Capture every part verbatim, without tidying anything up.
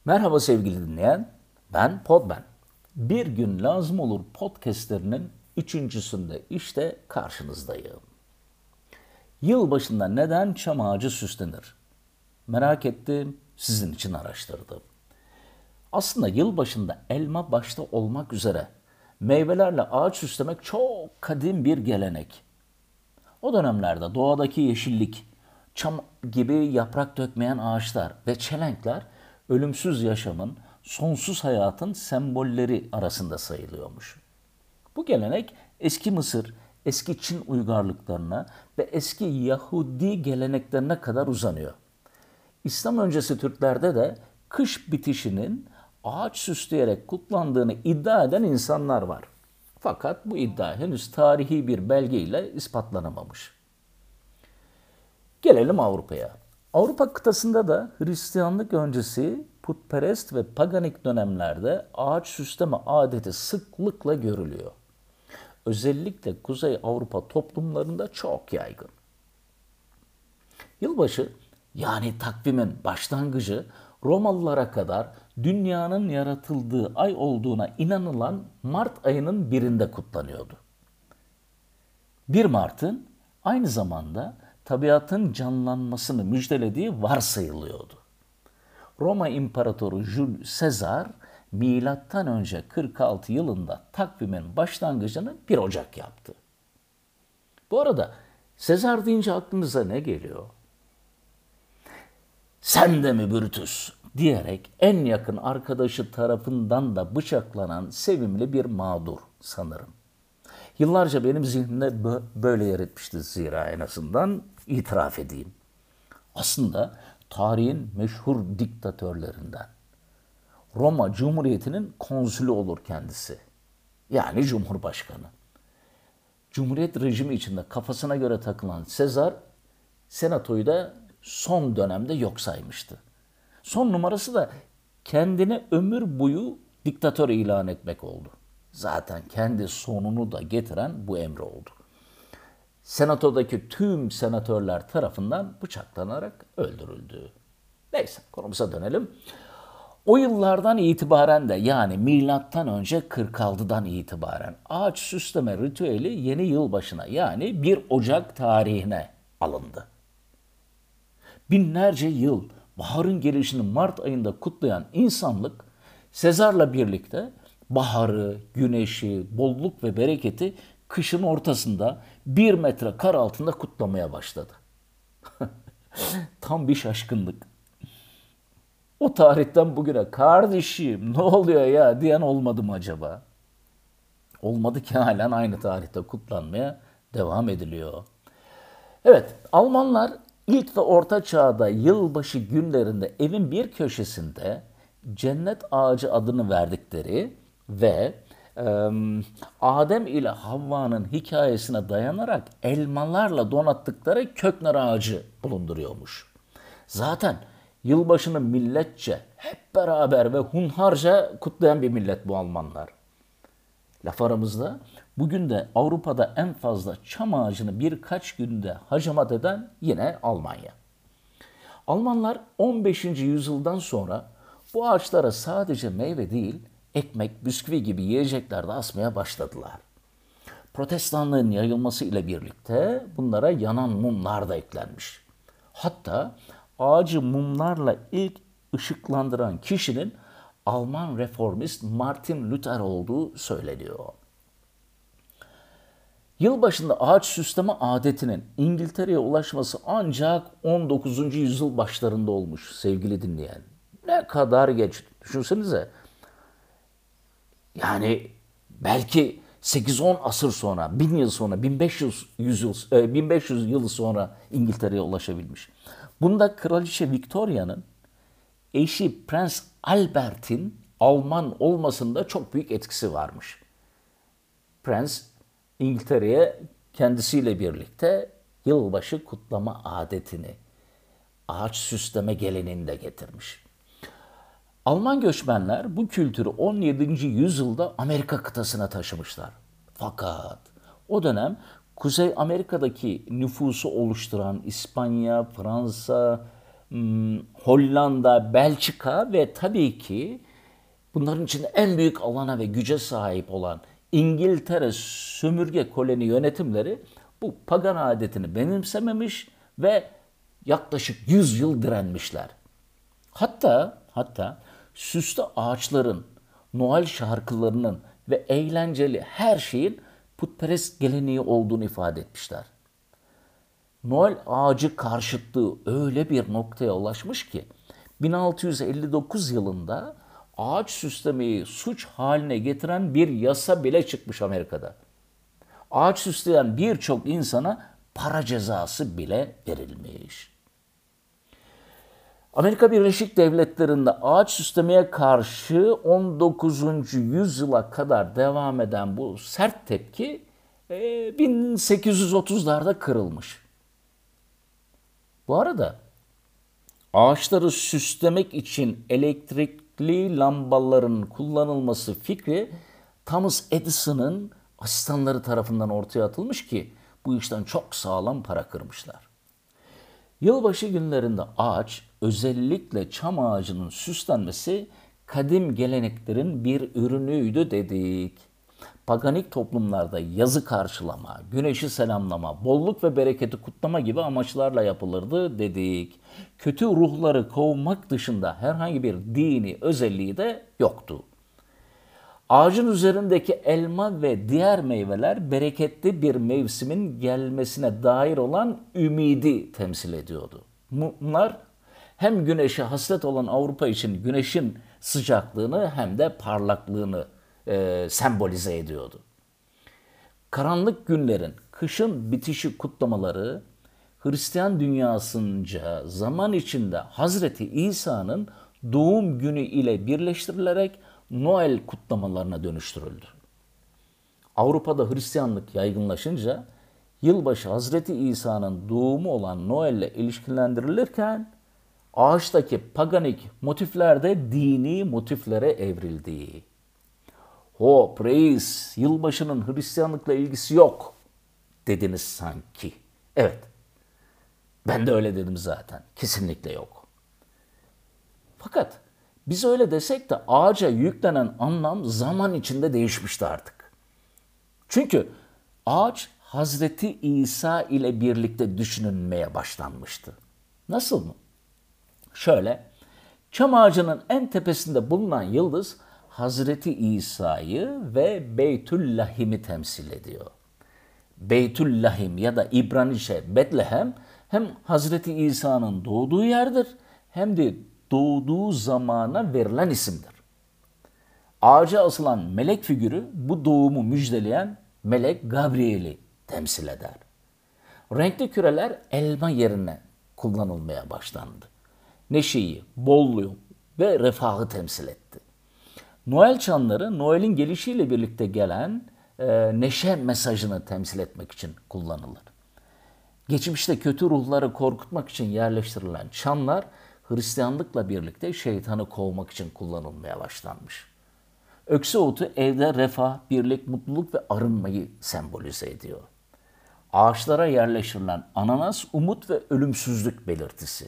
Merhaba sevgili dinleyen, ben Podben. Bir gün lazım olur podcastlerinin üçüncüsünde işte karşınızdayım. Yılbaşında neden çam ağacı süslenir? Merak ettim, sizin için araştırdım. Aslında yılbaşında elma başta olmak üzere meyvelerle ağaç süslemek çok kadim bir gelenek. O dönemlerde doğadaki yeşillik, çam gibi yaprak dökmeyen ağaçlar ve çelenkler ölümsüz yaşamın, sonsuz hayatın sembolleri arasında sayılıyormuş. Bu gelenek eski Mısır, eski Çin uygarlıklarına ve eski Yahudi geleneklerine kadar uzanıyor. İslam öncesi Türklerde de kış bitişinin ağaç süsleyerek kutlandığını iddia eden insanlar var. Fakat bu iddia henüz tarihi bir belgeyle ispatlanamamış. Gelelim Avrupa'ya. Avrupa kıtasında da Hristiyanlık öncesi putperest ve paganik dönemlerde ağaç süsleme adeti sıklıkla görülüyor. Özellikle Kuzey Avrupa toplumlarında çok yaygın. Yılbaşı yani takvimin başlangıcı Romalılara kadar dünyanın yaratıldığı ay olduğuna inanılan Mart ayının birinde kutlanıyordu. bir Mart'ın aynı zamanda tabiatın canlanmasını müjdelediği varsayılıyordu. Roma İmparatoru Julius Caesar milattan önce kırk altı yılında takvimin başlangıcını bir Ocak yaptı. Bu arada Sezar deyince aklınıza ne geliyor? Sen de mi Brutus diyerek en yakın arkadaşı tarafından da bıçaklanan sevimli bir mağdur sanırım. Yıllarca benim zihnimde böyle yer etmişti zira en azından itiraf edeyim. Aslında tarihin meşhur diktatörlerinden. Roma Cumhuriyeti'nin konsülü olur kendisi. Yani Cumhurbaşkanı. Cumhuriyet rejimi içinde kafasına göre takılan Sezar, senatoyu da son dönemde yok saymıştı. Son numarası da kendine ömür boyu diktatör ilan etmek oldu. Zaten kendi sonunu da getiren bu emri oldu. Senatodaki tüm senatörler tarafından bıçaklanarak öldürüldü. Neyse konumuza dönelim. O yıllardan itibaren de yani milattan önce kırk altıdan itibaren ağaç süsleme ritüeli yeni yılbaşına yani bir Ocak tarihine alındı. Binlerce yıl baharın gelişini Mart ayında kutlayan insanlık Sezar'la birlikte baharı, güneşi, bolluk ve bereketi kışın ortasında bir metre kar altında kutlamaya başladı. Tam bir şaşkınlık. O tarihten bugüne kardeşim ne oluyor ya diyen olmadı mı acaba? Olmadı ki halen aynı tarihte kutlanmaya devam ediliyor. Evet, Almanlar ilk ve orta çağda yılbaşı günlerinde evin bir köşesinde cennet ağacı adını verdikleri ve e, Adem ile Havva'nın hikayesine dayanarak elmalarla donattıkları köknar ağacı bulunduruyormuş. Zaten yılbaşını milletçe, hep beraber ve hunharca kutlayan bir millet bu Almanlar. Laf aramızda bugün de Avrupa'da en fazla çam ağacını birkaç günde hacamat eden yine Almanya. Almanlar on beşinci yüzyıldan sonra bu ağaçlara sadece meyve değil, ekmek, bisküvi gibi yiyecekler de asmaya başladılar. Protestanlığın yayılması ile birlikte bunlara yanan mumlar da eklenmiş. Hatta ağacı mumlarla ilk ışıklandıran kişinin Alman reformist Martin Luther olduğu söyleniyor. Yılbaşında ağaç süsleme adetinin İngiltere'ye ulaşması ancak on dokuzuncu yüzyıl başlarında olmuş sevgili dinleyen. Ne kadar geç. Düşünsenize. Yani belki sekiz on asır sonra, bin yıl sonra, bin beş yüz yıl, bin beş yüz yıl sonra İngiltere'ye ulaşabilmiş. Bunda Kraliçe Victoria'nın eşi Prens Albert'in Alman olmasında çok büyük etkisi varmış. Prens İngiltere'ye kendisiyle birlikte yılbaşı kutlama adetini, ağaç süsleme geleneğini de getirmiş. Alman göçmenler bu kültürü on yedinci yüzyılda Amerika kıtasına taşımışlar. Fakat o dönem Kuzey Amerika'daki nüfusu oluşturan İspanya, Fransa, Hollanda, Belçika ve tabii ki bunların içinde en büyük alana ve güce sahip olan İngiltere sömürge koloni yönetimleri bu pagan adetini benimsememiş ve yaklaşık yüz yıl direnmişler. Hatta hatta süslü ağaçların, Noel şarkılarının ve eğlenceli her şeyin putperest geleneği olduğunu ifade etmişler. Noel ağacı karşıtlığı öyle bir noktaya ulaşmış ki bin altı yüz elli dokuz yılında ağaç süslemeyi suç haline getiren bir yasa bile çıkmış Amerika'da. Ağaç süsleyen birçok insana para cezası bile verilmiş. Amerika Birleşik Devletleri'nde ağaç süslemeye karşı on dokuzuncu yüzyıla kadar devam eden bu sert tepki bin sekiz yüz otuzlarda kırılmış. Bu arada ağaçları süslemek için elektrikli lambaların kullanılması fikri Thomas Edison'ın asistanları tarafından ortaya atılmış ki bu işten çok sağlam para kırmışlar. Yılbaşı günlerinde ağaç, özellikle çam ağacının süslenmesi kadim geleneklerin bir ürünüydü dedik. Paganik toplumlarda yazı karşılama, güneşi selamlama, bolluk ve bereketi kutlama gibi amaçlarla yapılırdı dedik. Kötü ruhları kovmak dışında herhangi bir dini özelliği de yoktu. Ağacın üzerindeki elma ve diğer meyveler bereketli bir mevsimin gelmesine dair olan ümidi temsil ediyordu. Bunlar hem güneşe hasret olan Avrupa için güneşin sıcaklığını hem de parlaklığını e, sembolize ediyordu. Karanlık günlerin, kışın bitişi kutlamaları Hristiyan dünyasınca zaman içinde Hazreti İsa'nın doğum günü ile birleştirilerek Noel kutlamalarına dönüştürüldü. Avrupa'da Hristiyanlık yaygınlaşınca yılbaşı Hazreti İsa'nın doğumu olan Noel ile ilişkilendirilirken ağaçtaki paganik motifler de dini motiflere evrildi. Ho, praise, yılbaşının Hristiyanlıkla ilgisi yok dediniz sanki. Evet, ben de öyle dedim zaten. Kesinlikle yok. Fakat biz öyle desek de ağaca yüklenen anlam zaman içinde değişmişti artık. Çünkü ağaç Hazreti İsa ile birlikte düşünülmeye başlanmıştı. Nasıl mı? Şöyle, çam ağacının en tepesinde bulunan yıldız Hazreti İsa'yı ve Beytüllahim'i temsil ediyor. Beytüllahim ya da İbranice Betlehem hem Hazreti İsa'nın doğduğu yerdir hem de doğduğu zamana verilen isimdir. Ağaca asılan melek figürü bu doğumu müjdeleyen melek Gabriel'i temsil eder. Renkli küreler elma yerine kullanılmaya başlandı. Neşeyi, bolluğu ve refahı temsil etti. Noel çanları Noel'in gelişiyle birlikte gelen e, neşe mesajını temsil etmek için kullanılır. Geçmişte kötü ruhları korkutmak için yerleştirilen çanlar Hristiyanlıkla birlikte şeytanı kovmak için kullanılmaya başlanmış. Öksü otu evde refah, birlik, mutluluk ve arınmayı sembolize ediyor. Ağaçlara yerleştirilen ananas, umut ve ölümsüzlük belirtisi.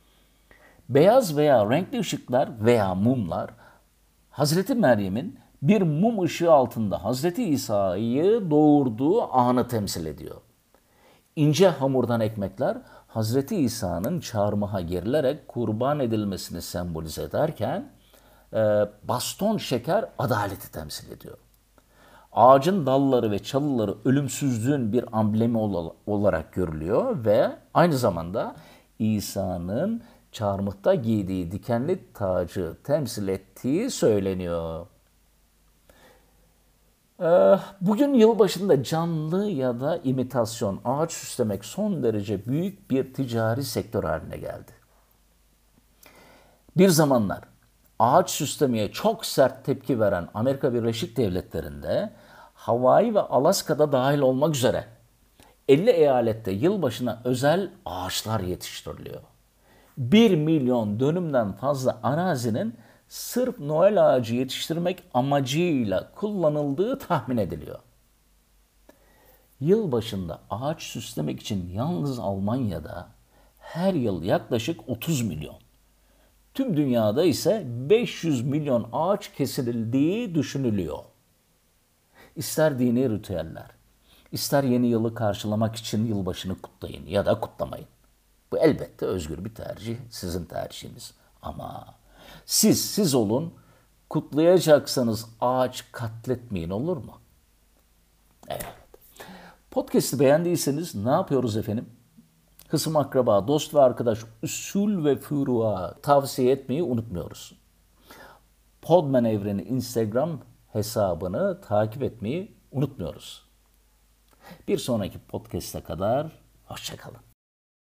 Beyaz veya renkli ışıklar veya mumlar, Hazreti Meryem'in bir mum ışığı altında Hazreti İsa'yı doğurduğu anı temsil ediyor. İnce hamurdan ekmekler Hazreti İsa'nın çarmıha gerilerek kurban edilmesini sembolize ederken baston şeker adaleti temsil ediyor. Ağacın dalları ve çalıları ölümsüzlüğün bir amblemi olarak görülüyor ve aynı zamanda İsa'nın çarmıhta giydiği dikenli tacı temsil ettiği söyleniyor. Bugün yılbaşında canlı ya da imitasyon ağaç süslemek son derece büyük bir ticari sektör haline geldi. Bir zamanlar ağaç süslemeye çok sert tepki veren Amerika Birleşik Devletleri'nde Hawaii ve Alaska'da dahil olmak üzere elli eyalette yılbaşına özel ağaçlar yetiştiriliyor. bir milyon dönümden fazla arazinin sırf Noel ağacı yetiştirmek amacıyla kullanıldığı tahmin ediliyor. Yılbaşında ağaç süslemek için yalnız Almanya'da her yıl yaklaşık otuz milyon. Tüm dünyada ise beş yüz milyon ağaç kesildiği düşünülüyor. İster dini ritüeller, ister yeni yılı karşılamak için yılbaşını kutlayın ya da kutlamayın. Bu elbette özgür bir tercih, sizin tercihiniz. Ama siz siz olun, kutlayacaksanız ağaç katletmeyin, olur mu? Evet. Podcast'ı beğendiyseniz ne yapıyoruz efendim? Hısım akraba, dost ve arkadaş, usul ve furu'a tavsiye etmeyi unutmuyoruz. Podman Evreni Instagram hesabını takip etmeyi unutmuyoruz. Bir sonraki podcast'e kadar hoşça kalın.